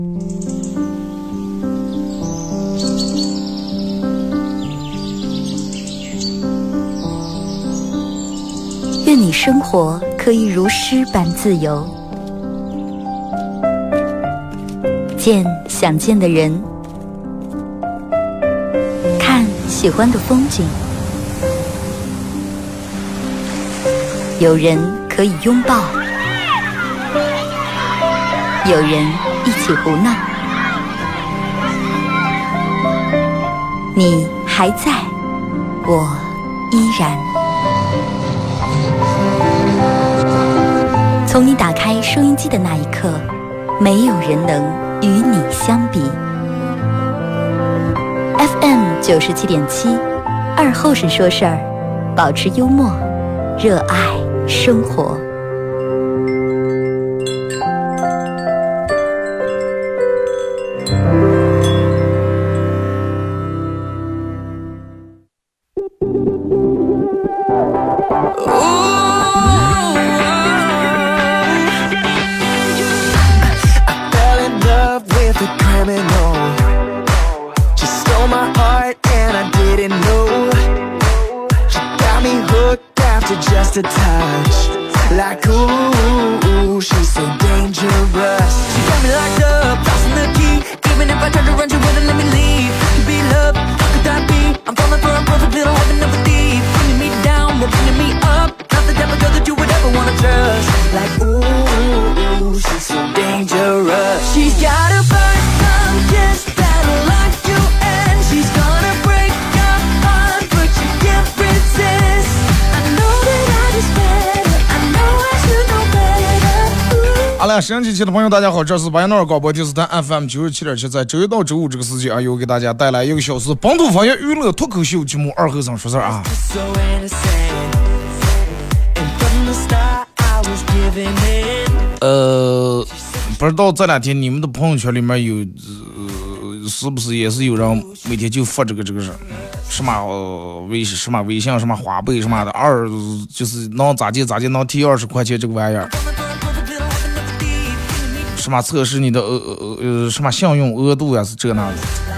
愿你生活可以如诗般自由，见想见的人，看喜欢的风景。有人可以拥抱，有人一起胡闹。你还在，我依然。从你打开收音机的那一刻，没有人能与你相比。FM 97.7，二后生说事儿，保持幽默，热爱生活。 Just a touch, like ooh, she's so dangerous. She got me locked up, tossing the key. Even if I tried to run, she wouldn't let me leave. To be love, how could that be? I'm falling for a perfect little heaven never deep. Bringing me down, but bringing me up. Not the type of girl that you would ever wanna trust. Like ooh, she's so dangerous. She's got a first-time kiss that'll lock you in. She's gonna break your heart, but you can't resist. I know that I just better. I know I should know better. 好了，沈阳机器的朋友，大家好，这是白鸟广播电视台 FM 97.7，在周一到周五这个时间啊，又给大家带来1个小时本土方言娱乐脱口秀节目《二和尚说事儿》啊。 So innocent, and from the start I was giving in. 不知道这两天你们的朋友圈里面有，是不是也是有人每天就发这个什么微信什么花呗什么的，就是能咋地能提20块钱这个玩意儿，什么测试你的什么信用额度呀，是这那的。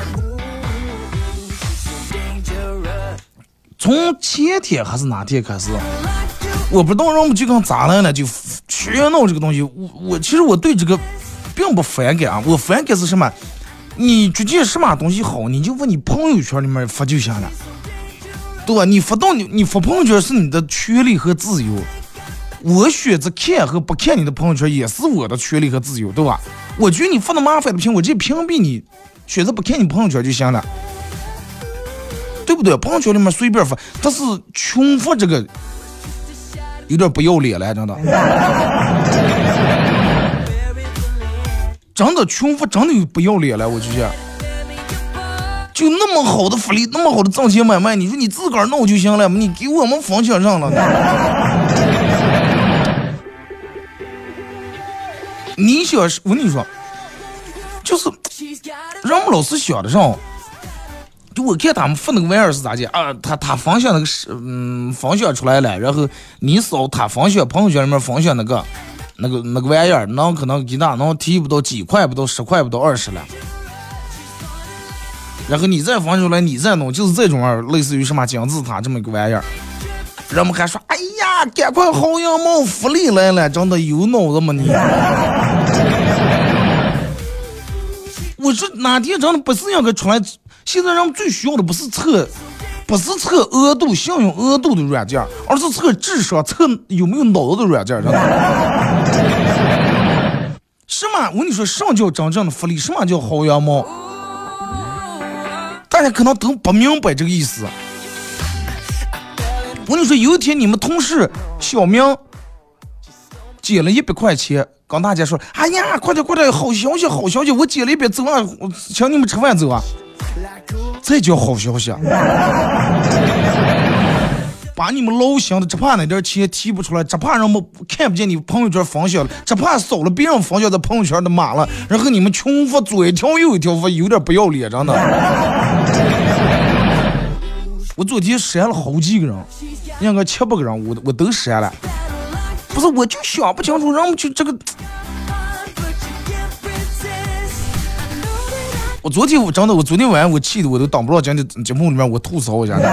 从前天还是哪天开始，我不知道人们就跟咋来了，就全闹这个东西。其实我对这个并不反感啊，我反感是什么？你觉得什么东西好，你就往你朋友圈里面发就行了，对吧？你发朋友圈是你的权利和自由，我选择看和不看你的朋友圈也是我的权利和自由，对吧？我觉得你发的麻烦的不行，我这屏蔽你，选择不看你朋友圈就行了，对不对？朋友圈里面随便发，但是穷发这个有点不要脸了，真的。真的穷发真的有不要脸了，我就想，就那么好的福利，那么好的挣钱买卖，你说你自个儿弄就行了，你给我们方向上了。你想，我跟你说，就是人们老是想的上，就我看他们发那个玩意儿是咋的啊？他分享那个分享出来了，然后你扫他分享朋友圈里面分享那个玩意儿，能可能给他能提不到几块，不到10块，不到20了。然后你再放出来，你再弄，就是这种玩意儿，类似于什么金字塔这么一个玩意儿。人们还说，哎呀，赶快薅羊毛福利来了，真的有脑子吗你？我说哪天真的不是应该出来？现在人们最需要的不是测额度、信用额度的软件，而是测智商、测有没有脑子的软件，真的。什么？我跟你说，什么叫真正的福利？什么叫薅羊毛？大家可能都不明白这个意思。我跟你说，有一天你们同事小明捡了100块钱，跟大家说：“哎呀，快点，好消息，我捡了100，走啊，我请你们吃饭走啊。”这叫好消息啊！把你们老乡的只怕那点钱提不出来，只怕人们看不见你朋友圈分享了，只怕扫了别人分享在朋友圈的码了，然后你们穷发左一条右一条发，有点不要脸，真的。我昨天删了好几个人，应该7、8个人，我都删了。不是，我就想不清楚，人们就这个。 我昨天真的，我昨天晚上我气的我都挡不到今天节目里面我吐槽一下。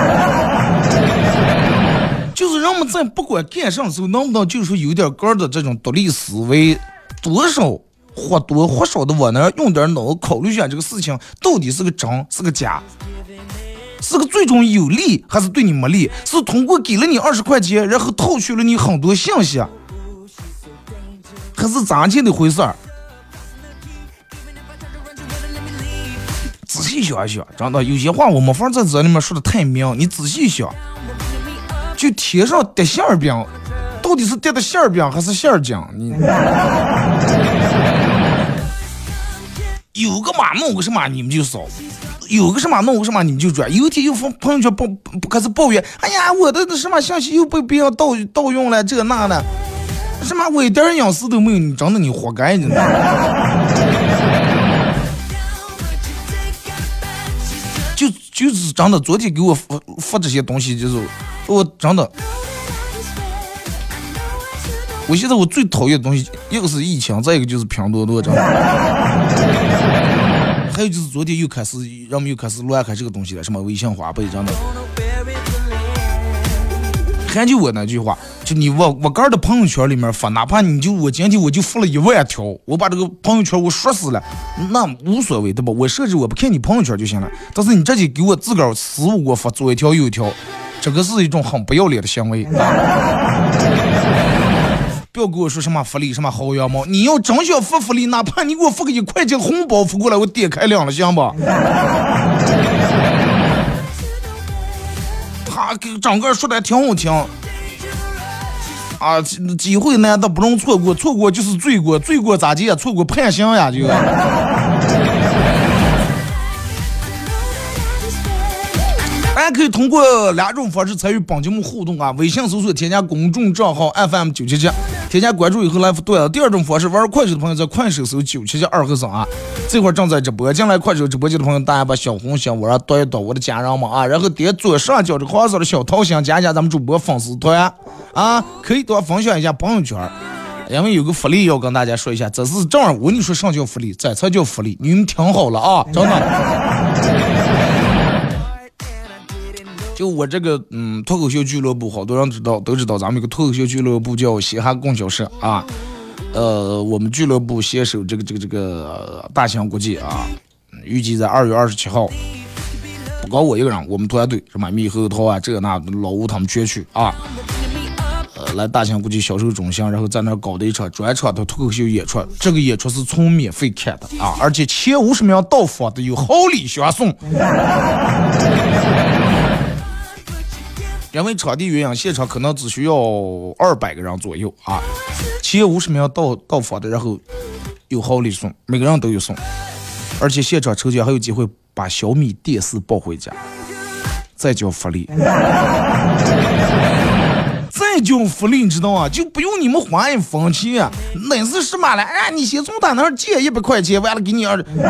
就是人们在不管干啥的时候，能不能就是说有点个的这种独立思维，多少或多或少的我能用点脑考虑一下这个事情到底是个真是个假，是个最终有利还是对你没利，是通过给了你20块钱然后套取了你很多信息，还是咋接的回事儿？仔细想一想，真的有些话我没法在这里面说的太明，你仔细想，就贴上叠馅儿饼，到底是叠的馅儿饼还是馅儿酱？你有个嘛弄个什么你们就扫，有个什么弄个什么你们就转，有一天又发朋友圈开始抱怨，哎呀我的什么信息又被别人盗用了，这那的，什么我一点隐私都没有，你真的你活该你。就是真的，昨天给我发这些东西，就是我真的，我现在我最讨厌的东西，一个是疫情，再一个就是拼多多，真的，还有就是昨天人们又开始乱开这个东西了，什么微信花呗，真的。还就我那句话，就你我个人的朋友圈里面发，哪怕我今天我就发了1万条，我把这个朋友圈我说死了，那无所谓对吧？我设置我不看你朋友圈就行了。但是你这就给我自个儿死我给我发左一条右一条，这个是一种很不要脸的行为。不要跟我说什么福利什么薅羊毛，你要真想发福利，哪怕你给我发个1块钱红包发过来，我点开两了行吧？他给整个说的还挺好听啊，机会难得不容错过，错过就是罪过，罪过咋地呀？错过判刑呀就。大家可以通过2种方式参与本节目互动啊，微信搜索添加公众账号 FM977，添加关注以后来对了。第2种方式，玩快手的朋友在快手搜977-2和3啊，这会儿正在直播，进来快手直播间的朋友，大家把小红心我让多一多我的家人们啊，然后点左上角这个黄色的小桃心，加咱们主播粉丝团啊，可以多分享一下朋友圈。因为有个福利要跟大家说一下，这是正儿，我跟你说上叫福利，这才叫福利，你们听好了啊，真的。就我这个脱口秀俱乐部，好多人都知道，咱们有个脱口秀俱乐部叫嘻哈供销社啊。我们俱乐部携手这个大型国际啊，预计在2月27号，不光我一个人，我们团队什么猕猴桃啊，这那老吴他们全去啊。来大型国际销售中心，然后在那搞的一场专场的脱口秀演出，这个演出是从免费看的啊，而且前50名到访的有好礼相送。因为场地原因，现场可能只需要200个人左右啊。前50名到访的，然后有好礼送，每个人都有送，而且现场抽奖还有机会把小米电视抱回家，再叫福利，再叫福利，你知道啊？就不用你们花1分钱啊！那是什么了？哎，你先从他那儿借100块钱，完了给你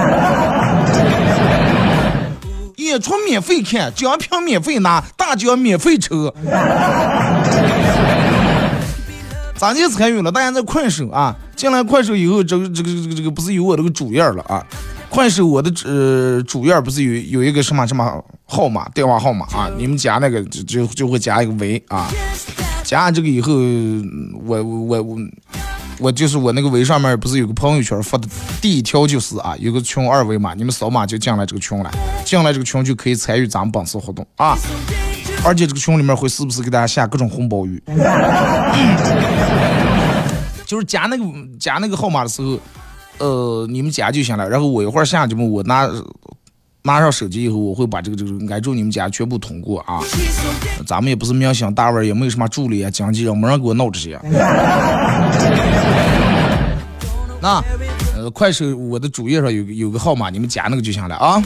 演出免费看，奖品免费拿，大奖免费抽。咋就参与了？大家在快手啊，进来快手以后，这个不是有我这个主页了啊？快手我的主页不是有一个什么号码，电话号码啊？你们加那个就会加一个维啊，加这个以后，我就是我那个微上面不是有个朋友圈发的第1条就是啊，有个群2维码，你们扫码就进来这个群来，进来这个群就可以参与咱们本次活动啊，而且这个群里面会时不时给大家下各种红包雨，就是加那个号码的时候，你们加就行了，然后我一会儿下节目我拿上手机以后，我会把这个挨住你们家全部通过啊！咱们也不是明星大腕，也没有什么助理啊、经纪人，没人给我闹这些。那快手我的主页上有个号码，你们加那个就行了啊。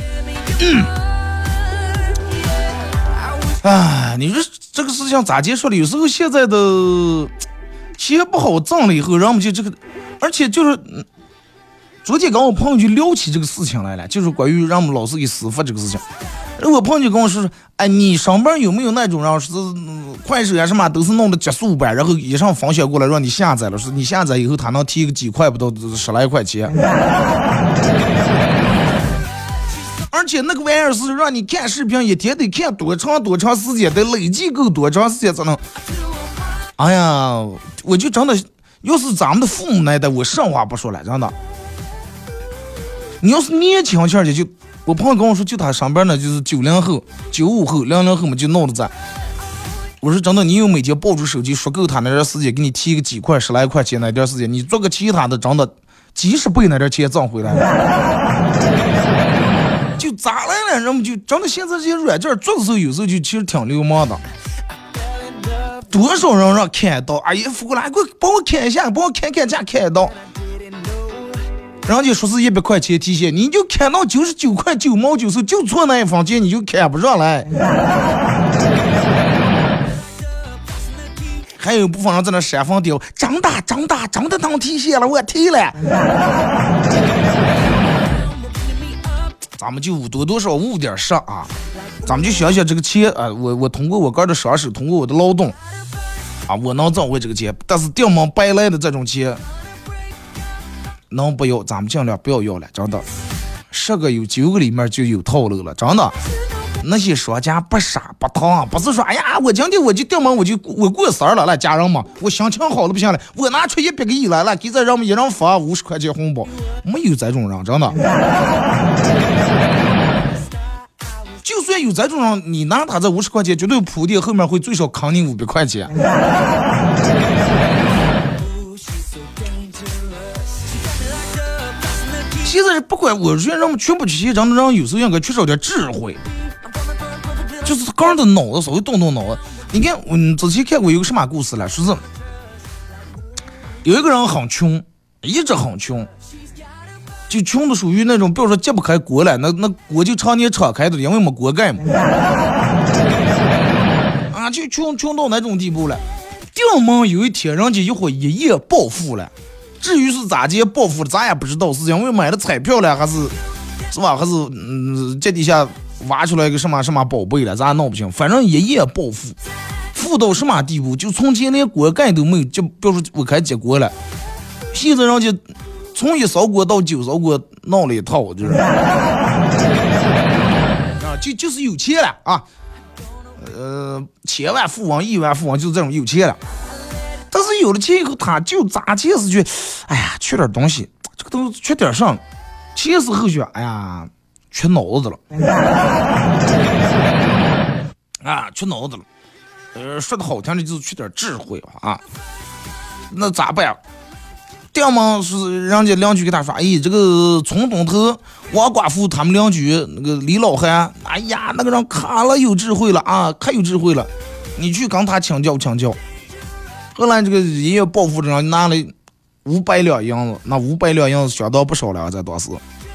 你说这个事情咋结束了？有时候现在的钱不好挣了以后，然后我们就这个，而且就是。昨天跟我朋友就聊起这个事情来了，就是关于让我们老师给私发这个事情。我朋友就跟我说，哎，你上班有没有那种让是快手啊什么都是弄的极速版，然后一上分享过来让你下载了，说你下载以后他能提个几块不到10来块钱。 而且那个玩意儿是让你看视频一天得看多长时间，得累计够多长时间才能。哎呀，我就真的，要是咱们的父母那代，我实话不说了，真的。你要是年轻点就，我朋友跟我说，就他上边呢，就是90后、95后、00后嘛，就弄得在。我说真的，你有每天抱住手机说够他那点时间，给你提个几块10来块钱那点时间，你做个其他的，真的几十倍那点钱挣回来了。就咋来了？人们就真的现在这些软件做的时候，有时候就其实挺流氓的。多少人让看到，哎呀，扶过来，给我帮我看一下，帮我看这样看到。人家说是100块钱提现，你就看到99块9毛9，就错那一分钱，你就看不上来。还有部分人在那煽风点火，长大当提现了，我提了。咱们就多少捂点上啊，咱们就想想这个钱啊，我通过我个人的双手，通过我的劳动啊，我能挣回这个钱，但是掉毛白来的这种钱。能不要，咱们尽量不要了，真的。10个有9个里面就有套路了，真的。那些商家不傻不烫，不是说哎呀，我今天我就掉毛，我过生了，来家人嘛，我心情好了不行了，我拿出100个亿来了，给这人们一人发50块钱红包，没有这种人，真的。就算有这种人，你拿他这50块钱，绝对铺垫后面会最少扛你500块钱。现在不管我说人们全部这些人有时候应该缺少点智慧，就是个人的脑子稍微动脑子。你看，之前看过有个什么故事了，说是有一个人很穷，一直很穷，就穷的属于那种，比如说揭不开锅来，那锅就常年敞开的，因为没锅盖嘛。啊，就穷到那种地步了。顶门有一天，人家一伙一夜暴富了。至于是咋接暴富的，咱也不知道，是因为买了彩票了，还是吧？还是这底下挖出来一个什么宝贝了，咱也弄不清。反正一夜暴富，富到什么地步？就从前连锅盖都没有，就比如说我开结锅了，现在人家从1烧锅到9烧锅闹了一套，就是啊，就是有钱了啊，千万富翁、亿万富翁就是这种有钱了。但是有了钱以后，他就咋接是去，哎呀，缺点东西，这个东西缺点上，钱是后学，哎呀，缺脑子了，啊，缺脑子了，说的好听的就是缺点智慧啊，那咋办？要么是人家邻居给他说，哎，这个村东头王寡妇他们邻居那个李老汉，哎呀，那个人可了有智慧了啊，可有智慧了，你去跟他请教。后来这个一夜暴富的人拿了500两银子，那500两银子相当不少了，在当时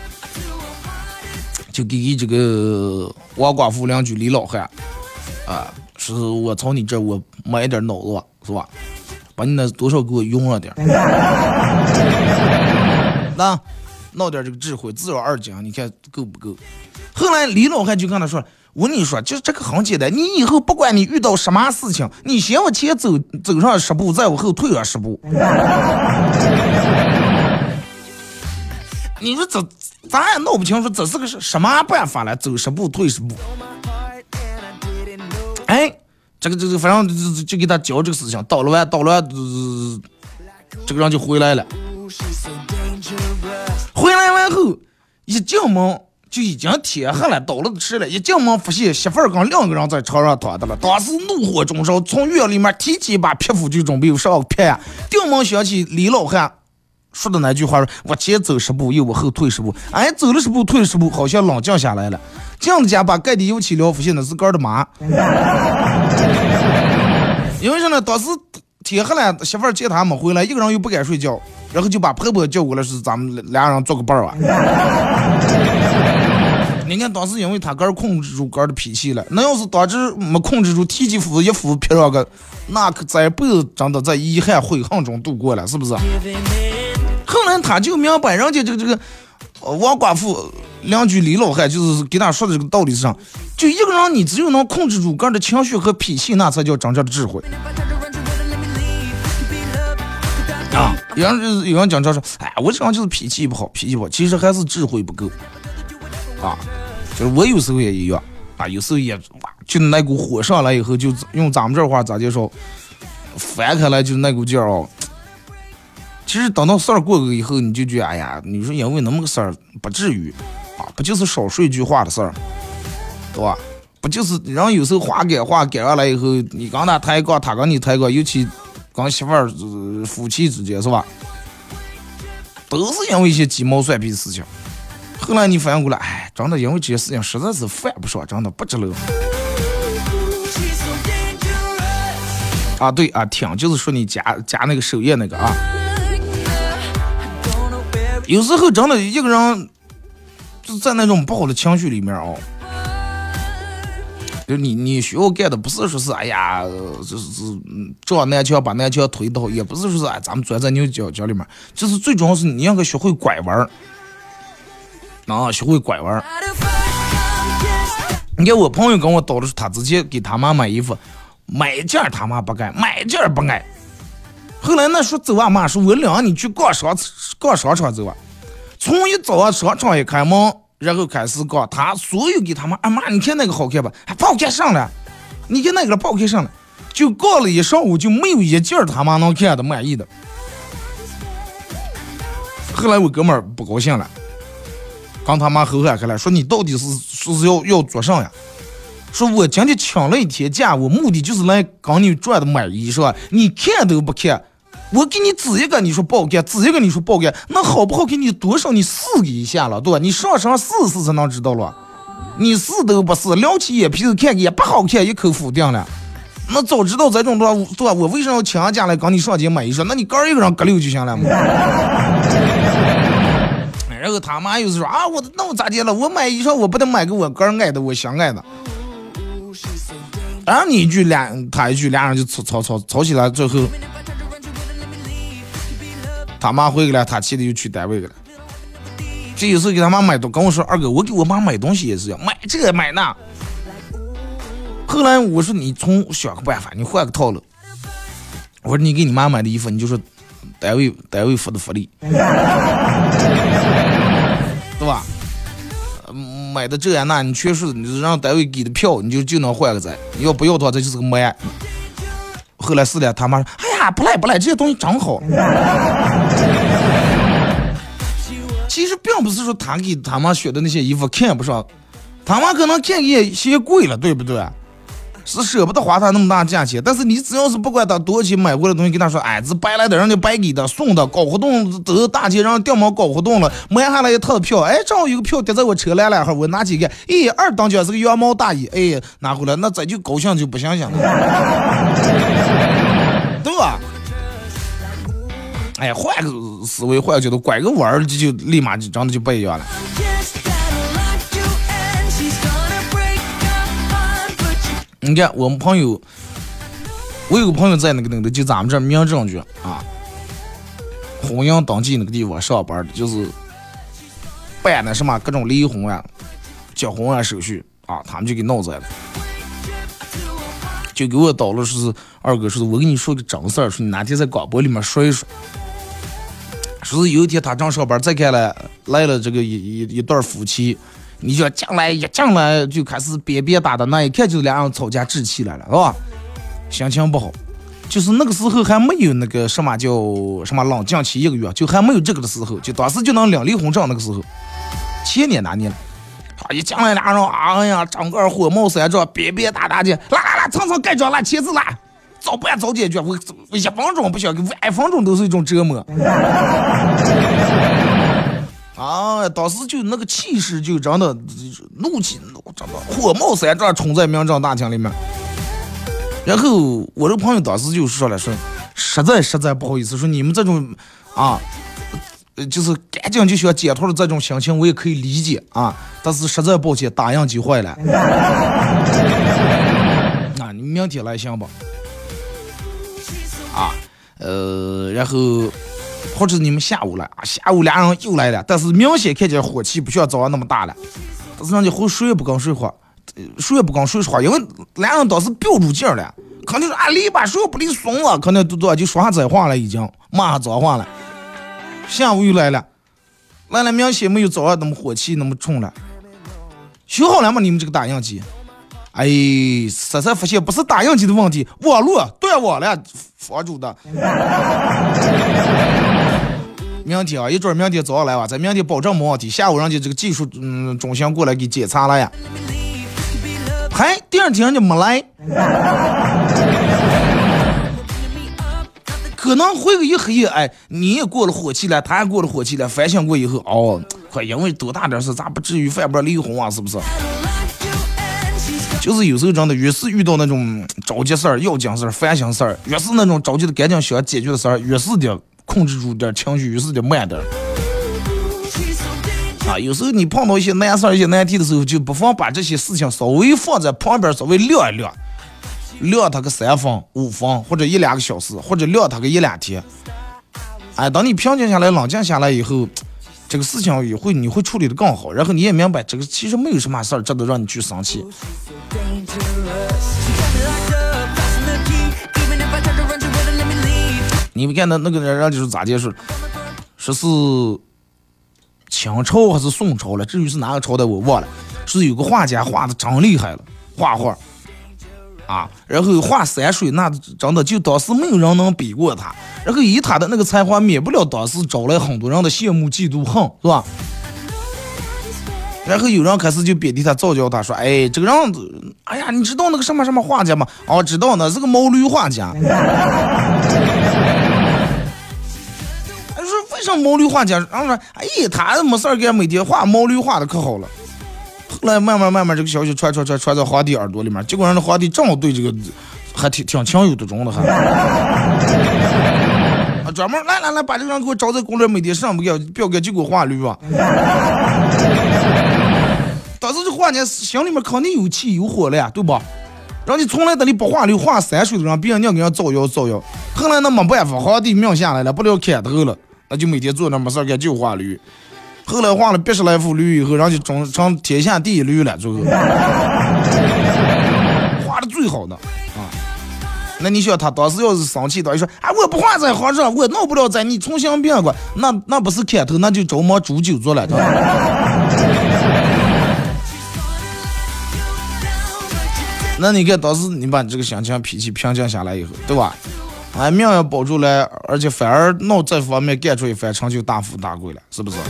就给这个王寡妇邻居李老汉啊，是我从你这我买点脑子吧，是吧？把你那多少给我用上点，那闹点这个智慧，自然而讲，你看够不够？后来李老汉就跟他说。我跟你说，就这个很简单，你以后不管你遇到什么事情，你先往前走上10步，再往后退上10步。你说咱也闹不清楚这是个什么办法来，走10步退10步。哎，这个反正就给他教这个事情，到了这个人就回来了。回来完后一进门。就已经天黑了，到了吃了，一进门发现媳妇儿跟2个人在床上躺着了，当时怒火中烧，从院里面提起一把皮斧就准备上片。顶门想起李老汉说的那句话，说我前走10步，又往后退10步，哎，走了10步，退了10步，好像冷静下来了。进了家把盖的油漆了，发现那是个的妈。因为什么？当时天黑了，媳妇儿接他们回来，一个人又不敢睡觉，然后就把婆婆叫过来，是咱们俩人做个伴儿啊。你看当时因为他哥控制住哥的脾气了，那要是当时没控制住，提起斧子一斧劈上个，那可这辈子真的在遗憾悔恨中度过了，是不是？后来他就明白，人家这个王寡妇邻居李老汉就是给他说的这个道理上，就一个人你只有能控制住个人的情绪和脾气，那才叫真正的智慧。啊，有人讲说，哎，我这人就是脾气不好，其实还是智慧不够。啊， 就是我有时候也一样啊，有时候也就那股火上来以后，就用咱们这话咋介绍，翻开来就那股劲儿哦。其实等到事儿过去以后，你就觉得哎呀，你说因为那么个事儿不至于啊，不就是少说一句话的事儿，对吧？不就是人有时候话改上来以后，你跟他抬杠，他跟你抬杠，尤其跟媳妇儿、夫妻之间是吧？都是因为一些鸡毛蒜皮的事情。后来你反应过来，哎，真的因为这些事情实在是犯不上，真的不值了。啊，对啊，挺就是说你夹那个首页那个啊，有时候真的一个人就是在那种不好的情绪里面哦。就你需要干的不是说是哎呀，就是撞南墙把南墙推倒，也不是说是哎咱们钻在牛角里面，就是最重要是你应该学会拐弯儿，啊，学会拐弯儿。你看我朋友跟我叨的是，他直接给他妈买衣服，买件他妈不爱，买件不爱。后来那说走啊妈，说我领你去逛商场走啊，从一早啊商场一开门。然后开始搞他所有给他妈，啊妈，你看那个好看吧？还不好看上了，你看那个不好看上了，就搞了一上午，就没有一件他妈能看的满意的。后来我哥们儿不高兴了，跟他妈吼喊开来，说你到底是要做啥呀？说我今天请了一天假，我目的就是来跟你赚的买衣是吧？你看都不看。我给你指一个，你说不好看；指一个，你说不好看。那好不好看？你多少你试一下了，对吧？你上试才能知道了。你试都不试，撩起眼皮子看也不好看，一口否定了。那早知道这种的，对吧？我为什么要请假来跟你上街买衣裳？那你个一个人隔溜就行了嘛。然后他妈又是说啊，那我咋的了？我买衣裳我不得买个我个人爱的，我想爱的。然后你一句他一句，俩人就吵起来，最后。他妈回来，他气的又去单位了。这有时候给他妈买东西，跟我说二哥，我给我妈买东西也是要买这个买那。后来我说你想个办法，你换个套路。我说你给你妈买的衣服，你就说单位付的福利，对吧？买的这样那，你确实你让单位给的票，你就能换个崽。你要不要的话，这就是个卖。后来试了，他妈说：“哎呀，不赖，这些东西真好。”其实并不是说他给他妈选的那些衣服看不上，他妈可能看也些贵了，对不对？是舍不得花他那么大价钱，但是你只要是不管他多少钱买回来的东西，跟他说：“哎，这白来的，人家白给的，送的，搞活动都大街上掉毛搞活动了，买下来一套票，哎，正好有个票叠在我车来了，我拿几个，哎，二等奖是个羊毛大衣，哎，拿回来，那咱就高兴就不想想了。”对吧？哎，换个思维，换个角度，拐个弯儿，就立马就真的就不一样了。你看，我有个朋友在那个就咱们这儿民政局啊，婚姻登记那个地方上班的，就是办那什么各种离婚啊、结婚啊手续啊，他们就给弄在了。就给我叨了，说是二哥，说是我跟你说个正事儿，说你哪天在广播里面说一说。说是有一天他正上班，再看来了这个一对夫妻，你就进来就开始别打的，那一看就俩人吵架置气来了，是吧？心情不好，就是那个时候还没有那个什么叫什么冷静期1个月，就还没有这个的时候，就当时就能领离婚证那个时候，前年哪年了？一进来俩人，哎呀，整个火冒三丈，别打的，来，蹭盖章，来签字来，早办早解决，我1分钟不想给，1分钟都是一种折磨。啊，当时就那个气势就真的怒气，真的火冒三丈，冲在民政大厅里面。然后我这朋友当时就说了，说实在不好意思，说你们这种啊。就是赶紧就想解脱的这种心情，我也可以理解啊，但是实在抱歉，打印机坏了。啊，你明天来行吧？啊，然后或者你们下午来啊，下午俩人又来了，但是明显看见火气不像早上那么大了，但是人家谁也不跟谁说话，因为俩人当时飙住劲儿了，肯定说啊，离吧，谁也不离怂了，可能都就说下脏话了，已经骂下脏话了。下午又来了，明显没有早上那么火气那么冲了。 修好了吗？你们这个打印机？哎，这才发现不是打印机的问题，网络断网了，房主的。明天啊，一准明天早上来吧，咱明天保证没问题。下午人家这个技术中心过来给检查了呀。还第二天人家没来，可能回个一黑，哎，你也过了火气了，他也过了火气了，反省过以后，哦，快因为多大点事，咋不至于犯不了离婚啊？是不是？就是有时候真的越是遇到那种着急事儿、要紧事儿、烦心事儿，越是那种着急的赶紧想解决的事儿，越是的控制住点情绪，越是的慢点。啊，有时候你碰到一些难事儿、一些难题的时候，就不妨把这些事情稍微放在旁边，稍微晾一晾，晾它个3分、5分，或者1-2个小时，或者晾它个1-2天。哎，等你平静下来、冷静下来以后，这个事情你会处理的更好，然后你也明白这个其实没有什么事儿值得让你去生气。你们看那个人就是咋解释，说是清朝还是宋朝了，至于是哪个朝代我忘了，是有个画家画的真厉害了，画啊，然后画山水那真的就当时没有人能比过他，然后以他的那个才华，免不了当时招来很多人的羡慕嫉妒恨，是吧？然后有人开始就贬低他、造谣他，说：“哎，这个人，哎呀，你知道那个什么什么画家吗？哦，知道呢，是个毛驴画家。”他说：“为什么毛驴画家？”然后说：“哎，他没事儿干，每天画毛驴画的可好了。”后来慢慢，这个消息传到皇帝耳朵里面，结果让那皇帝正好对这个还挺情有独钟的，还啊，专门来，把这个人给我招在宫里，每天上不要给就给我画驴吧。当时这画家心里面肯定有气有火了呀，对吧？人家从来等你不画驴画山水的人，别人要给人造谣。后来那没办法，皇帝命下来了，不了砍头了，那就每天坐那没事干就画驴。后来画了80来幅驴以后，然后就成天下第一驴了，最后画的最好的啊。那你想他当时要是生气，他就说：“啊，我不画在皇上，我弄不了在你重新变过。”那不是砍头，那就着忙煮酒做了。那你看当时你把这个心情脾气平静下来以后，对吧？哎，命要保住来，而且反而闹这方面干出一番成就，大富大贵了，是不是？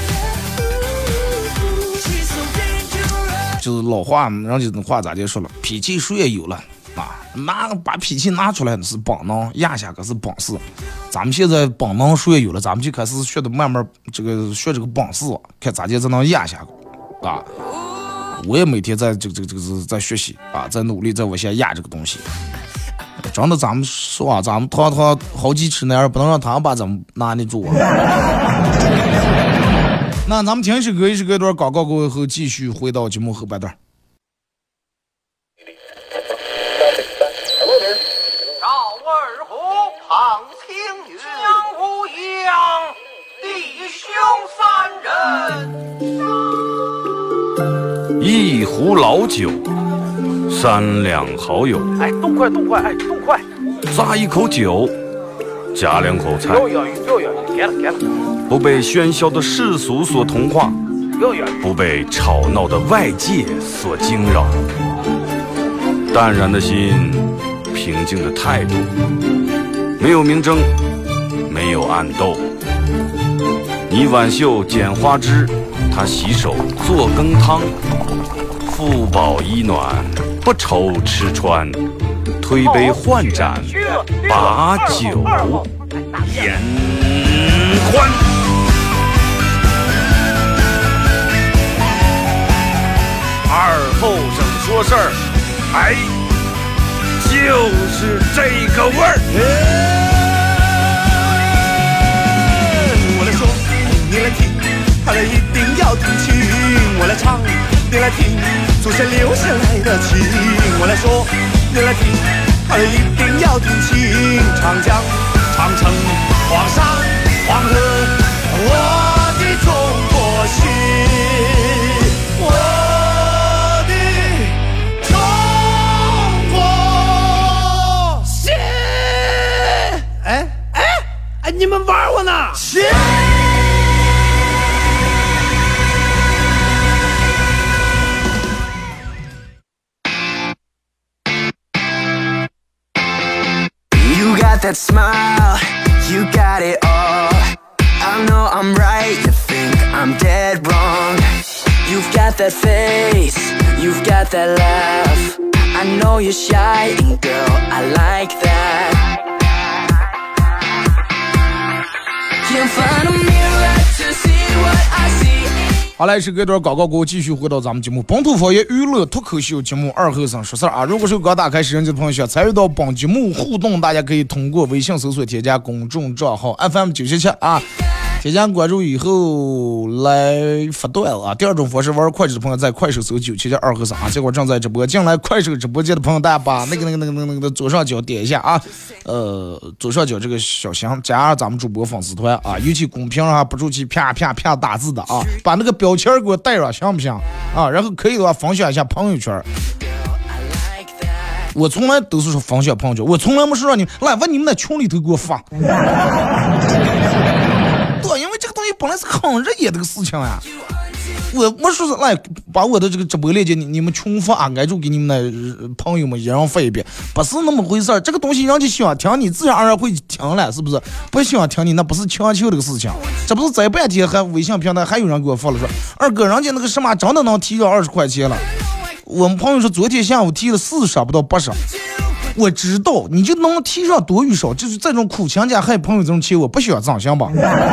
就是老话，人家话咋就说了，脾气谁也有了啊，把脾气拿出来是本能，压下可是本事。咱们现在本能谁也有了，咱们就开始学的慢慢学这个本事，看咋就才能压下啊。我也每天在这个在学习啊，在努力在往下压这个东西。真的，咱们说啊，咱们堂好几尺那样，不能让他们把咱们拿得住啊。那咱们听一首歌，一段广告过后，继续回到节目后半段。 赵二虎胖青云，江无恙，弟兄3人。 一壶老酒，3两好友。 哎，动快，哎，动快！ 咂一口酒，夹2口菜。 给了。 不被喧嚣的世俗所同化，不被吵闹的外界所惊扰。淡然的心，平静的态度，没有明争，没有暗斗。你挽袖剪花枝，他洗手做羹汤。腹饱衣暖，不愁吃穿，推杯换盏，把酒言欢。二后生说事儿，哎，就是这个味儿。 我来说，你来听，他们一定要听清。我来唱，你来听，祖先留下来的情。我来说，你来听，他们一定要听清。长江、长城、黄山、黄河，我的中国心，我的中国心。哎，你们玩我呢？心。 that smile, you got it all. I know I'm right, you think I'm dead wrong. You've got that face, you've got that laugh. I know you're shy, and girl, I like that. Can't find a mirror to see what I see. 好来，是隔段广告过后，继续回到咱们节目本土方言娱乐脱口秀节目二后生说事儿啊！如果是刚打开收音机的朋友想参与到本节目互动，大家可以通过微信搜索添加公众账号 FM97啊，添加关注以后来发段啊。第二种方式，玩快手的朋友在快手搜97二后生啊，这会儿正在直播。进来快手直播间的朋友，大家把那个左上角点一下啊，左上角这个小箱加咱们主播粉丝团啊，尤其公屏上不住去啪啪啪打字的啊，把那个标签给我带上，行不行啊？然后可以的话分享一下朋友圈。我从来都是说分享朋友圈，我从来没说让你来往你们在群里头给我发。对，因为这个东西本来是很热眼的个事情呀。我说是来把我的这个直播链接你们群发按就给你们的朋友们一人发一遍，不是那么回事儿。这个东西人家想听你自然而然会听了，是不是？不想听你那不是强求这个事情。这不是在半天还微信平台还有人给我发了说，二哥人家那个什么真的能提着20块钱了。我们朋友说昨天下午提了40不到80。我知道你就能提上多与少，就是这种苦情家害朋友这种钱我不需要脏，行吧？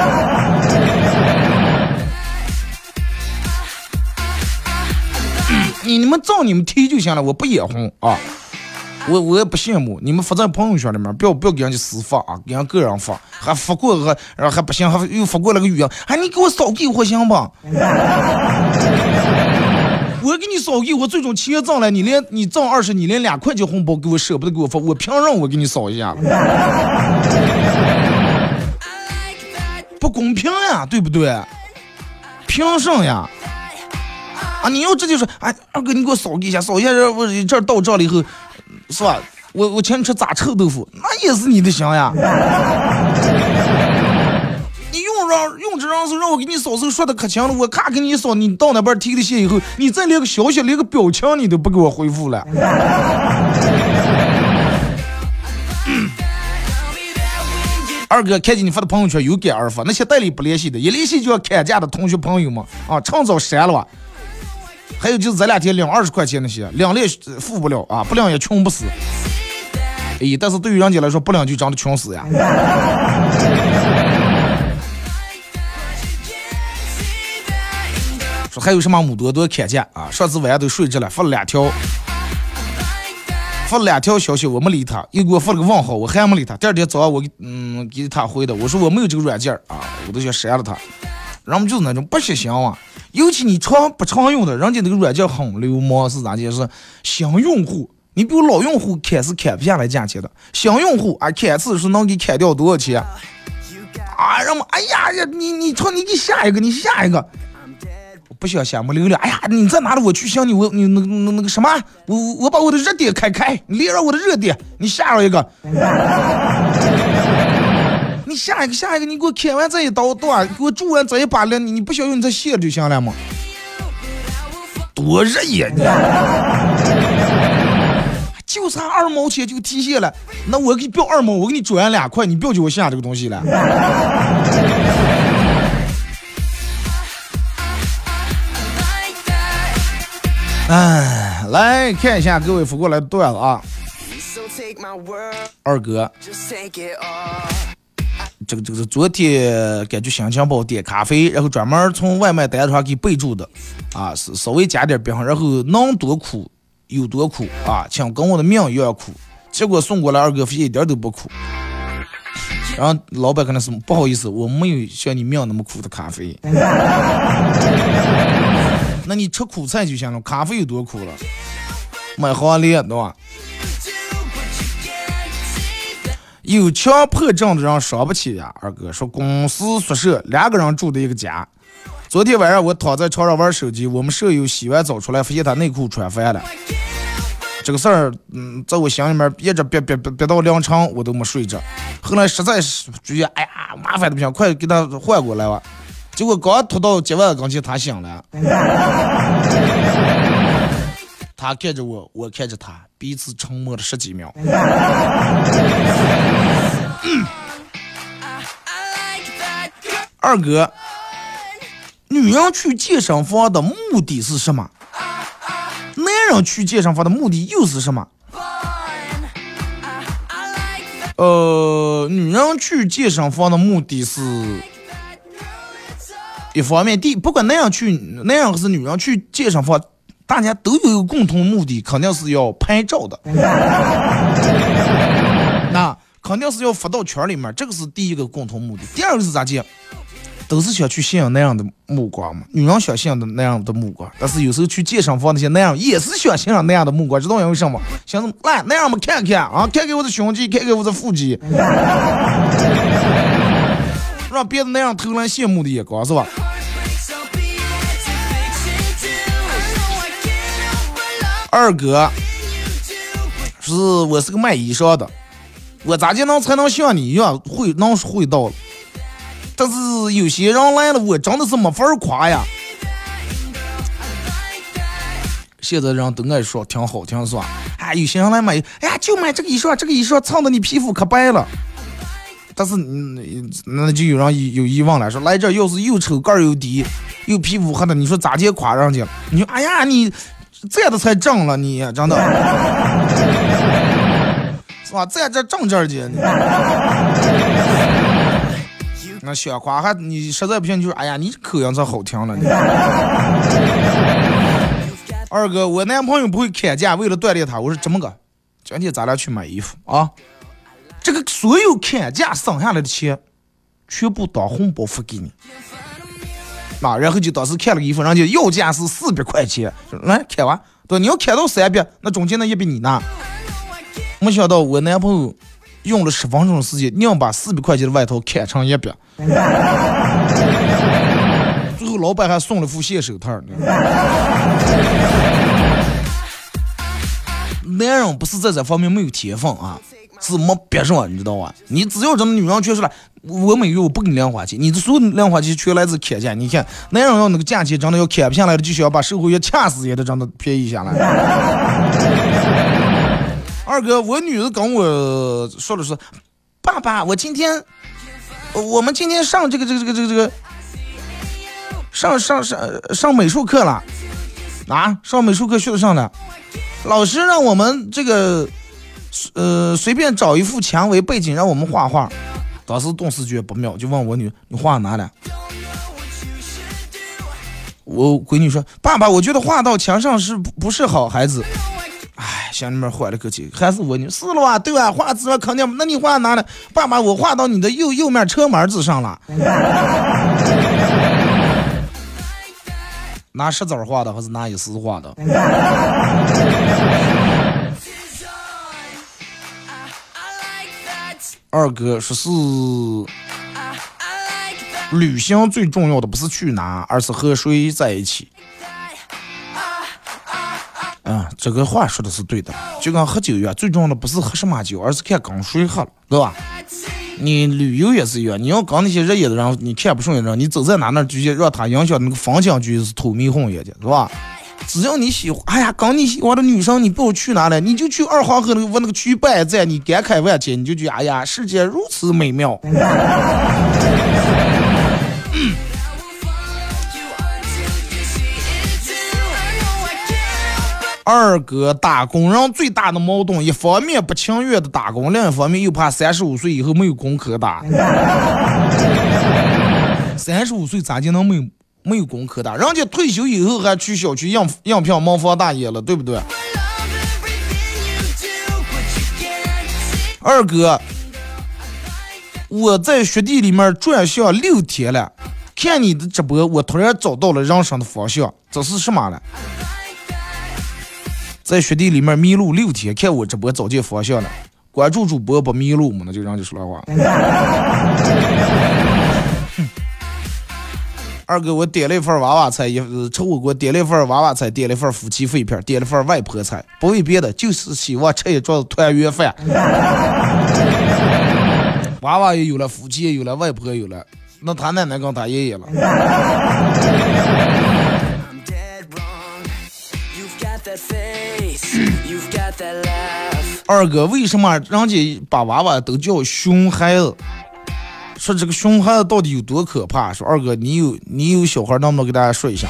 你们照你们提就行了，我不眼红啊，我也不羡慕你们发在朋友圈里面，不要给人家私发啊，给人个人发，还发过然后还不行，还又发过了个语音，你给我扫给我行吧？我给你扫给我这种钱挣来，你挣20，你连2块钱红包给我舍不得给我发，我凭让我给你扫一下，不公平呀，对不对？凭什呀？啊！你要直接说，二哥，你给我扫一下，扫一下，我这儿到这里以后，是吧？我请你吃炸臭豆腐，那也是你的想呀。你用这让我给你扫时候说的可强了，我咔给你扫，你到那边提的线以后，你再连个消息连个表情你都不给我回复了。二哥看见你发的朋友圈有感而发，那些代理不联系的，一联系就要砍价的同学朋友们啊，趁早删了吧。还有就是咱俩天领20块钱那些，领了也付不了啊，不领也穷不死。但是对于人家来说，不领就真的穷死呀。说还有什么母多砍价啊？上次晚上都睡着了，发了2条消息，我没理他，又给我发了个问号，我还没理他。第二天早上我给他回的，我说我没有这个软件啊，我都想删了他。然后就是那种不识相啊，尤其你不常用的，人家那个软件很流氓，是咋解释？新用户，你比如老用户砍是砍不下来价钱的，新用户啊砍次是能给砍掉多少钱啊？让我哎呀，你给下一个，你下一个。不想下没流量，哎呀，你在哪里？我去向你，你那个什么，我把我的热点开，你连上我的热点，你下了一个，你下一个，你给我砍完这一刀多，给我住完这一把了，你不想用你再卸就行了吗？多热呀你！就差2毛钱就提现了，那我给你标2毛，我给你转2块，你不要给我下这个东西了。来看一下各位发过来的段子啊。二哥，这个昨天感觉心情不好，点咖啡，然后专门从外卖单上给备注的啊，稍微加点冰，然后能多苦有多苦啊，请跟我的命一样苦。结果送过来，二哥发现一点都不苦。然后老板可能是不好意思，我没有像你命那么苦的咖啡。那你吃苦菜就行了，咖啡有多苦了？买黄连对吧？有强迫症的人伤不起呀。二哥说，公司宿舍2个人住的一个家。昨天晚上我躺在床上玩手机，我们舍友洗完澡出来，发现他内裤穿反了。这个事儿，在我心里面憋着憋到凌晨，我都没睡着。后来实在是觉得，哎呀，麻烦的不行，快给他换过来吧。结果刚拖到结尾跟前，他醒了。他看着我，我看着他，彼此沉默了10几秒。 二哥，女人去健身房的目的是什么？男人去健身房的目的又是什么？女人去健身房的目的是，一方面，不管男人还是女人去健身房，大家都有一个共同目的，肯定是要拍照的。那肯定是要发到圈里面，这个是第一个共同目的。第二个是咋介？都是想去吸引那样的目光嘛，女人想吸引的那样的目光，但是有时候去健身房那些那样也是想欣赏那样的目光，知道因为什么？想来那样我们看看啊，看看我的胸肌，看看我的腹肌，让别人那样投来羡慕的眼光，是吧？二哥，我是个卖衣裳的，我咋才能像你一样会到了？但是有些人来了，我真的是没法夸呀。现在人都爱说挺好听是吧？啊，有些人来买，哎呀，就买这个衣裳，这个衣裳蹭的你皮肤可白了。但是那就有人有疑问了，说来这要是又丑个儿又低，又皮肤黑的，你说咋接夸人家？你说哎呀，你这样的才正了，你真的是吧？在这正这去。那小夸还你实在不行就是哎呀，你口音才好听了。二哥，我男朋友不会砍价，为了锻炼他，我说怎么个？今天咱俩去买衣服啊，这个所有砍价省下来的钱，全部当红包付给你。啊，然后就当时看了衣服，人家要价是400块钱，来砍完，对，你要砍到300，那中间的100你拿。没想到我男朋友用了10分钟的时间，硬把400块钱的外套砍成100，最后老板还送了副线手套。男人不是在这方面没有天分啊，是没别上，你知道吧？你只要真的女人全出来，我每月我不给你零花钱，你的所有的零花钱全来自砍价。你看男人要那个价钱真的要砍不下来的，就需要把社会要掐死也得真的便宜下来。二哥，我女儿跟我说了说，爸爸，我们今天上这个上美术课了啊，上美术课学得上了，老师让我们这个随便找一幅墙为背景让我们画画。当时顿时觉得不妙，就问我女，你画哪了？我闺女说，爸爸，我觉得画到墙上是不是好孩子？哎，心里面坏了个气，还是我女是了吧？对吧？画字肯定，那你画哪了？爸爸，我画到你的右面车门子上了。拿石子画的还是拿一丝画的？二哥说是旅行最重要的不是去哪，而是和谁在一起。这个话说的是对的，就跟喝酒一样，最重要的不是喝什么酒，而是看跟谁喝了，对吧？你旅游也是一样，你要跟那些热眼的人，你看不顺眼的人，你走在哪直接让他影响那个方向，就是土迷红眼睛，是吧？只要你喜欢，哎呀，跟你喜欢的女生，你不如去哪里？你就去二黄河那个区拜在，你感慨万千，你就觉得哎呀，世界如此美妙。二哥，打工人最大的矛盾，一方面不情愿的打工，另一方面又怕35岁以后没有工可打。35岁咋就能没有工可打？人家退休以后还去小区样票忙房大爷了，对不对？二哥，我在雪地里面转向6天了，看你的直播，我突然找到了人生的方向，这是什么了？在雪地里面迷路6天，看我直播找见方向了。关注主播不迷路嘛，那就让你说来话。二哥，我点了一份娃娃菜，吃火锅点了一份娃娃菜，点了一份夫妻肺片，点了一份外婆菜，不为别的，就是希望吃一桌子团圆饭。娃娃也有了，夫妻也有了，外婆也有了，那他奶奶跟他爷爷了。 二哥，为什么人家把娃娃都叫熊孩子？说这个熊孩子到底有多可怕？说二哥，你有小孩，能不能给大家说一下？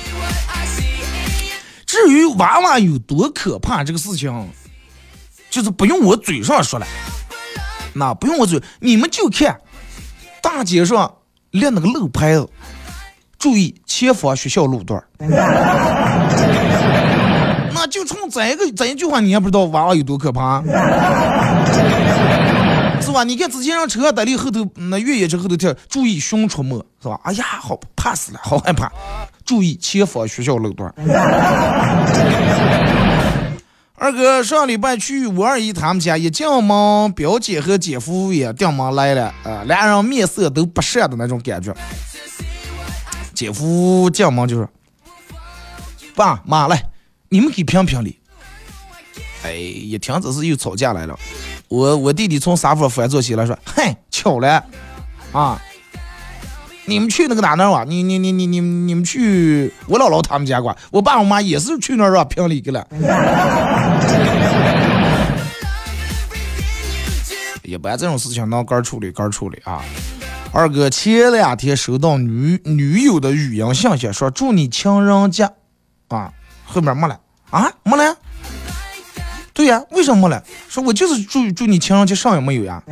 至于娃娃有多可怕这个事情，就是不用我嘴上说了，那不用我嘴，你们就看大街上立那个路牌子，注意前方学校路段。那就冲这一句话，你还不知道娃娃有多可怕？是吧？你看之前让车在里后头，那越野车后头贴注意熊出没，是吧？哎呀，好怕死了，好害怕！注意前方学校路段。二哥上礼拜去我二姨他们家，一进门，表姐和姐夫也订门来了，俩人面色都不善的那种感觉。姐夫进门就说：“爸妈来，你们给评评理。”哎，一听这是又吵架来了。我弟弟从沙发翻坐起来说：“嘿，巧了，啊，你们去那个哪啊？你们去我姥姥他们家吧。我爸我妈也是去那儿啊，评理去了。”一般这种事情能干处理啊。二哥前2天收到女友的语音信息，说祝你情人节啊，后面没了啊，没了。对呀，为什么没了？说我就是祝你情人节上也没有呀，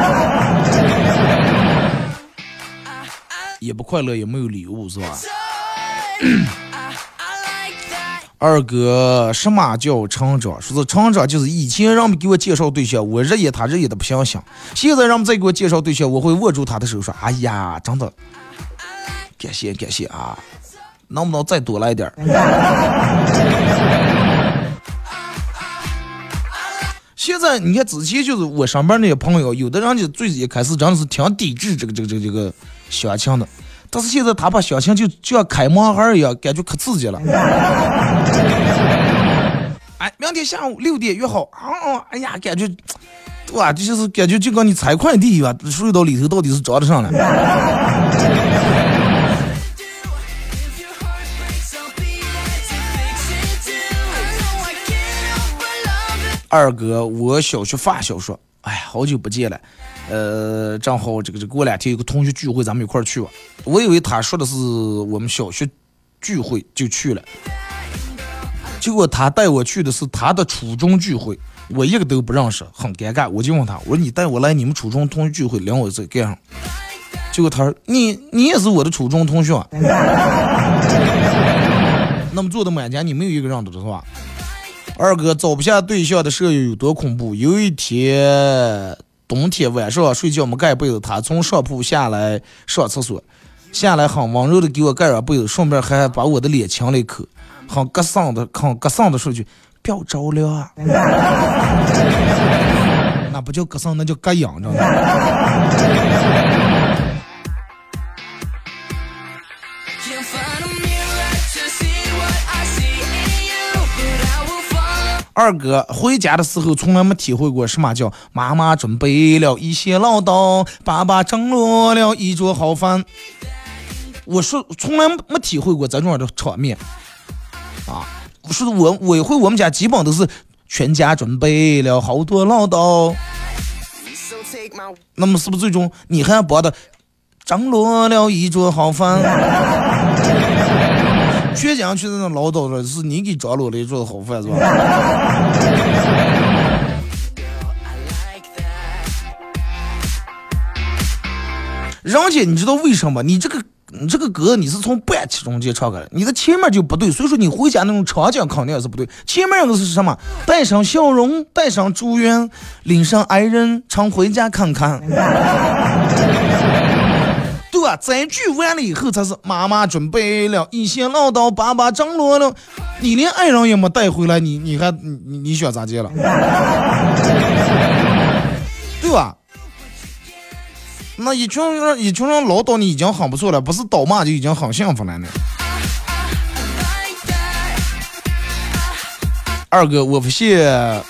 也不快乐，也没有礼物，是吧？二哥，什么叫成长？说是成长就是以前人们给我介绍对象，我日夜他日夜的不相信，现在人们再给我介绍对象，我会握住他的手说：“哎呀，真的，感谢啊，能不能再多来一点？”现在你看，之前就是我上班那些朋友，有的人就最一开始真的是挺抵制这个相亲的，但是现在他把相亲就像开盲盒一样，感觉可刺激了。哎，明天下午6点约好啊！哎呀，感觉哇，这就是感觉就跟你踩快递一样，隧道里头到底是着得上了。二哥，我小学发小说，哎呀，好久不见了，正好这个过2天有个同学聚会，咱们一块儿去吧。我以为他说的是我们小学聚会，就去了。结果他带我去的是他的初中聚会，我一个都不认识，很尴尬。我就问他，我说你带我来你们初中同学聚会，领我这干上。结果他说你也是我的初中同学啊。那么坐的满家，你没有一个认得的是吧？二哥，找不下对象的舍友有多恐怖？有一天冬天晚上睡觉没盖被子，他从上铺下来上厕所，下来很温柔的给我盖上被子，顺便还把我的脸亲了一口，很格桑的说句不要着了啊。那不叫格桑，那叫格痒着呢。二哥，回家的时候从来没体会过什么叫妈妈准备了一些唠叨，爸爸蒸落了一桌好饭。我说从来没体会过这种的场面啊！我说我回我们家基本都是全家准备了好多唠叨。那么是不是最终你还要播的蒸落了一桌好饭？全家去那唠叨的是你给张罗了一桌好饭是吧？人家你知道为什么？你这个歌你是从半期中间唱的，你的前面就不对，所以说你回家那种场景肯定也是不对。前面的是什么？带上笑容，带上祝愿，领上爱人，常回家看看。对吧？这句完了以后才是妈妈准备了一些唠叨，爸爸张罗了，你连爱人也没带回来，你还你选咋接了？对吧？那一群人唠叨你已经很不错了，不是倒骂就已经很幸福了呢。二哥，我不信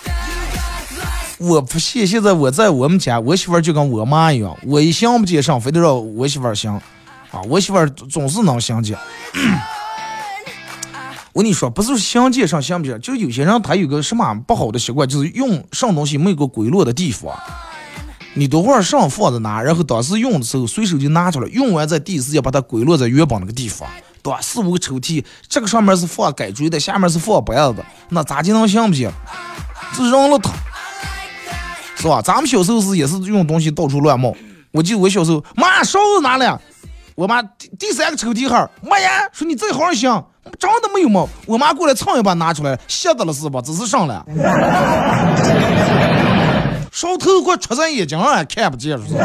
现在我在我们家，我媳妇儿就跟我妈一样，我一想不接上，非得让我媳妇儿想啊，我媳妇儿总是能想起。 我跟你说，不是相见上相比，就是有些人他有个什么不好的习惯，就是用上东西没有个归落的地方。你等会儿上放在哪，然后当时用的时候随手就拿出来，用完在第一时间把它归落在原本那个地方。对吧？4、5个抽屉，这个上面是放改锥的，下面是放白的，那咋就能相比？是扔了它，是吧？咱们小时候也是用东西到处乱冒。我记得我小时候，妈勺子拿了，我妈第3个抽屉号，妈呀，说你这好香，真的没有冒。我妈过来蹭一把拿出来，吓得了是吧？只是上来。烧头快戳在眼睛上，看不见是吧？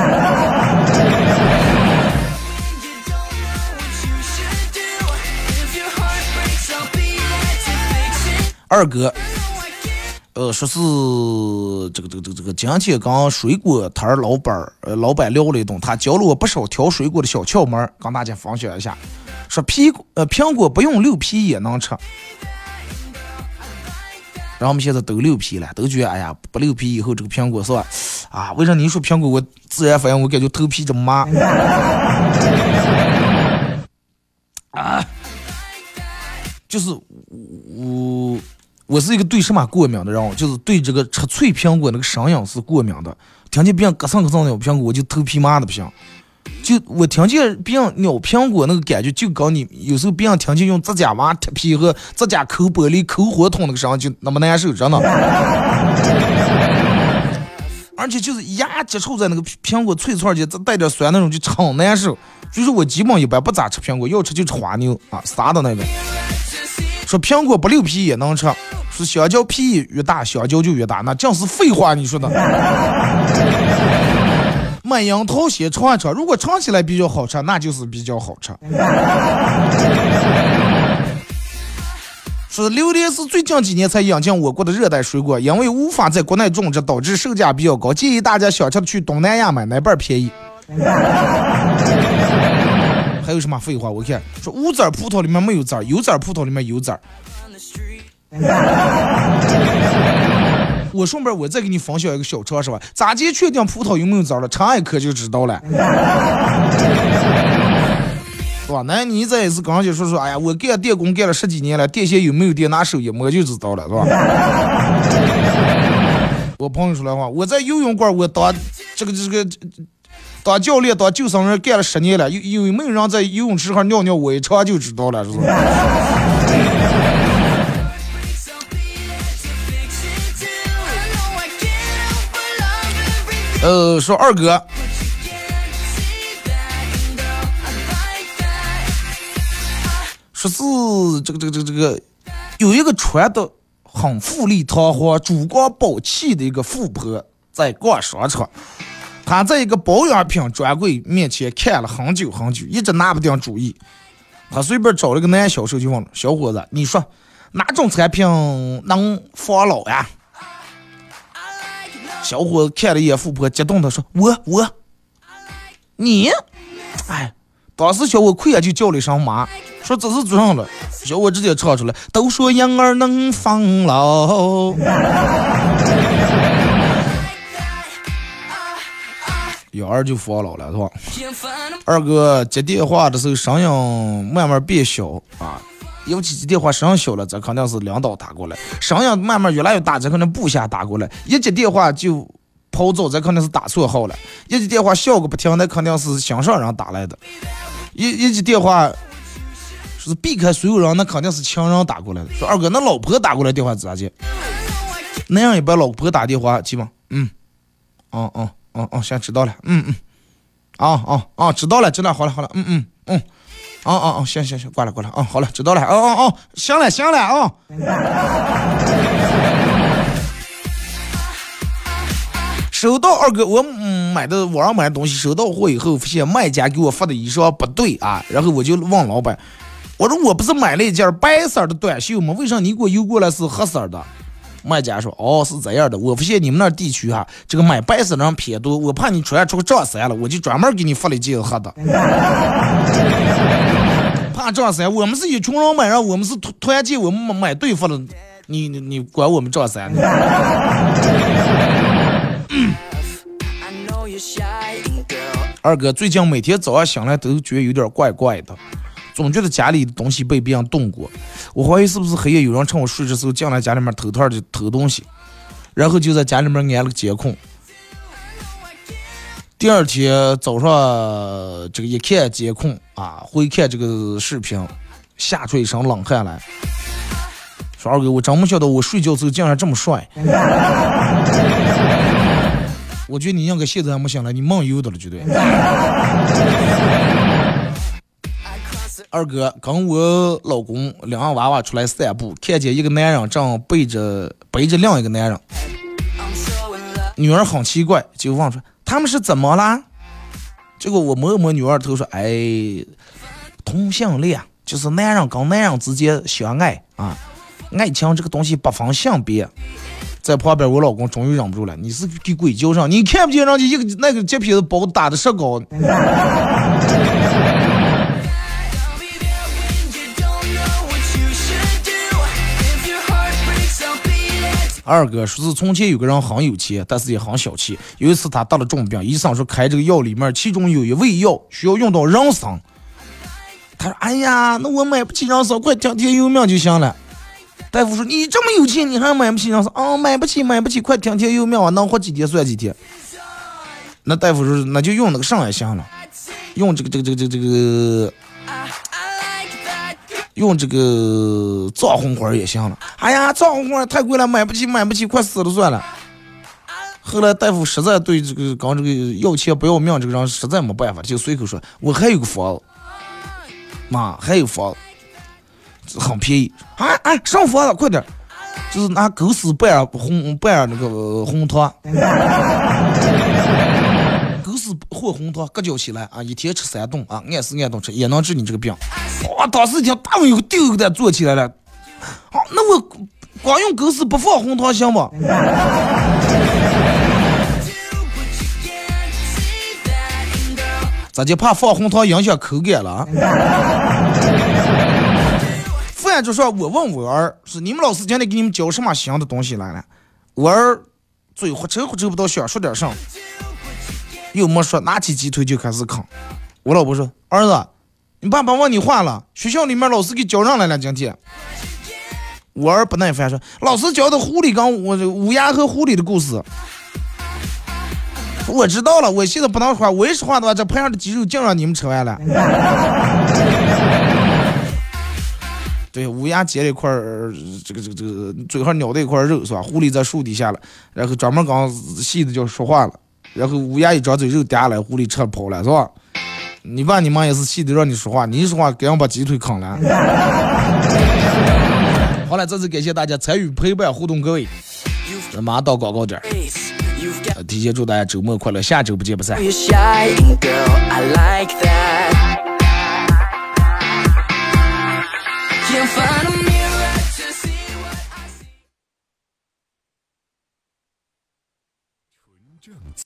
二哥，说是这个今天刚水果摊老板聊了一顿，他教了我不少挑水果的小窍门，跟大家分享一下。说苹果不用溜皮也能吃，然后我们现在都溜皮了，都觉得哎呀不溜皮以后这个苹果是吧？啊，为啥你一说苹果我自然反应我感觉头皮这么麻啊？就是我是一个对什么过敏的人，就是对这个吃脆苹果那个声音是过敏的。听见别人咯吱咯吱咬苹果，我就头皮麻的不行。就我听见别人咬苹果那个感觉，就跟你有时候别人听见用指甲挖铁皮和指甲抠玻璃、抠火筒那个声音就那么难受，真的。而且就是牙接触在那个苹果脆脆间，再带点酸那种，就超难受。所以说我基本一般不咋吃苹果，要吃就吃花牛啊，撒的那个。说苹果不溜皮也能吃，说香蕉皮越大香蕉就越大，那这样是废话，你说的。买樱桃先尝一尝，如果尝起来比较好吃，那就是比较好吃。说榴莲是最近几年才引进我国的热带水果，因为无法在国内种植，导致售价比较高，建议大家想吃的去东南亚买，那边便宜。还有什么废话？我看说无籽葡萄里面没有籽，有籽葡萄里面有籽。我顺便我再给你分享一个小常识吧，咋接确定葡萄有没有籽了？尝一颗就知道了。是吧？那你这也是刚才说，哎呀，我干电工干了10几年了，电线有没有电，拿手一摸就知道了，是吧？我朋友说来话，我在游泳馆，我当这个当教练当救生员干了10年了，有没有人在游泳池上尿尿，我一尝就知道了，是吧？说二哥，说是这个有一个穿的很富丽堂皇、珠光宝气的一个富婆在逛商场，她在一个保养品专柜面前看了很久很久，一直拿不定主意。她随便找了个男销售就问了：“小伙子，你说哪种产品能防老呀？”小伙子看了一眼富婆，激动的说：“我，你，哎！”当时小伙亏呀就叫了一声妈，说这是做上了。小伙直接唱出来：“都说养儿能防老。”养儿就防老了，是吧？二哥接电话的时候声音慢慢变小啊。尤其接电话声小了，这肯定是领导打过来；声音慢慢越来越大，这可能部下打过来。一接电话就跑走，这肯定是打错号了；一接电话笑个不停，那肯定是心上人打来的；一接电话是避开所有人，那肯定是情人打过来的。说二哥，那老婆打过来电话咋接？那样一般老婆打电话基本行，知道了，知道了，好了，行，挂了，好了，知道了，行了啊。收到二哥，我网上买的东西，收到货以后，发现卖家给我发的衣裳不对啊，然后我就问老板，我说我不是买了一件白色的短袖吗？为啥你给我邮过来是黑色的？卖家说：“哦，是这样的，我发现你们那地区这个买白色的人偏多，我怕你穿出个撞衫了，我就专门给你发了一件黑的。怕撞衫，我们是一群人买，然后我们是团结，我们买对付了，你管我们撞衫呢？”二哥最近每天早上醒来都觉得有点怪怪的， 总觉得家里的东西被别人动过，我怀疑是不是黑夜有人趁我睡的时候进来家里面偷偷的偷东西，然后就在家里面安了个监控。第二天早上这个一看监控啊，回看这个视频，吓出一身冷汗来，说二哥，我真没想到我睡觉时候竟然这么帅。我觉得你应该现在还没醒来，你梦游的了绝对。二哥跟我老公两个娃娃出来散步，看见一个男人正背着另一个男人，女儿很奇怪，就问说他们是怎么啦？结果我摸摸女儿头说，哎，同性恋就是男人跟男人之间相爱啊，爱情这个东西不分性别。在旁边我老公终于忍不住了，你是给鬼叫上，你看不见人家一个那个这皮子包打的石膏。二哥说是从前有个人很有钱，但是也很小气。有一次他得了重病，医生说开这个药里面其中有一味药需要用到人参。他说哎呀，那我买不起人参，快听天由命就行了。大夫说你这么有钱你还买不起人参？哦，买不起，快听天由命啊，能活几天算几天。那大夫说那就用那个肾也行了，用这个用这个藏红花也行了。哎呀，藏红花太贵了，买不起，快死了算了。后来大夫实在对这个刚这个要钱不要命这个人实在没办法，就随口说我还有个方子，妈还有方子很便宜啊，上方子快点，就是拿狗屎拌那个红糖，狗屎和红糖各搅起来啊，一天吃3顿啊，按时按顿吃也能治你这个病。哇，当时一听大有丢个蛋坐起来了。好，那我光用狗屎不放红糖行吗？咋就怕放红糖影响口感了啊？饭就说我问我儿是你们老师今天给你们教什么新的东西来了？我儿嘴胡扯不到想说点什么，又没说，拿起鸡腿就开始啃。我老婆说儿子，你爸爸问你话了，学校里面老师给教上来了今天。我儿不耐烦说，老师教的狐狸跟乌鸦和狐狸的故事。我知道了，我现在不能画，我也是画的话，这盘上的鸡肉净让你们吃完了。对，乌鸦接了一块这个嘴上咬的一块肉是吧？狐狸在树底下了，然后专门刚细的就说话了，然后乌鸦一张嘴肉嗲来，狐狸撤跑了是吧？你爸你妈也是气的让你说话，你一说话给人把鸡腿啃了。好了，再次感谢大家参与陪伴互动，各位，马上到广告点，提前祝大家周末快乐，下周不见不散。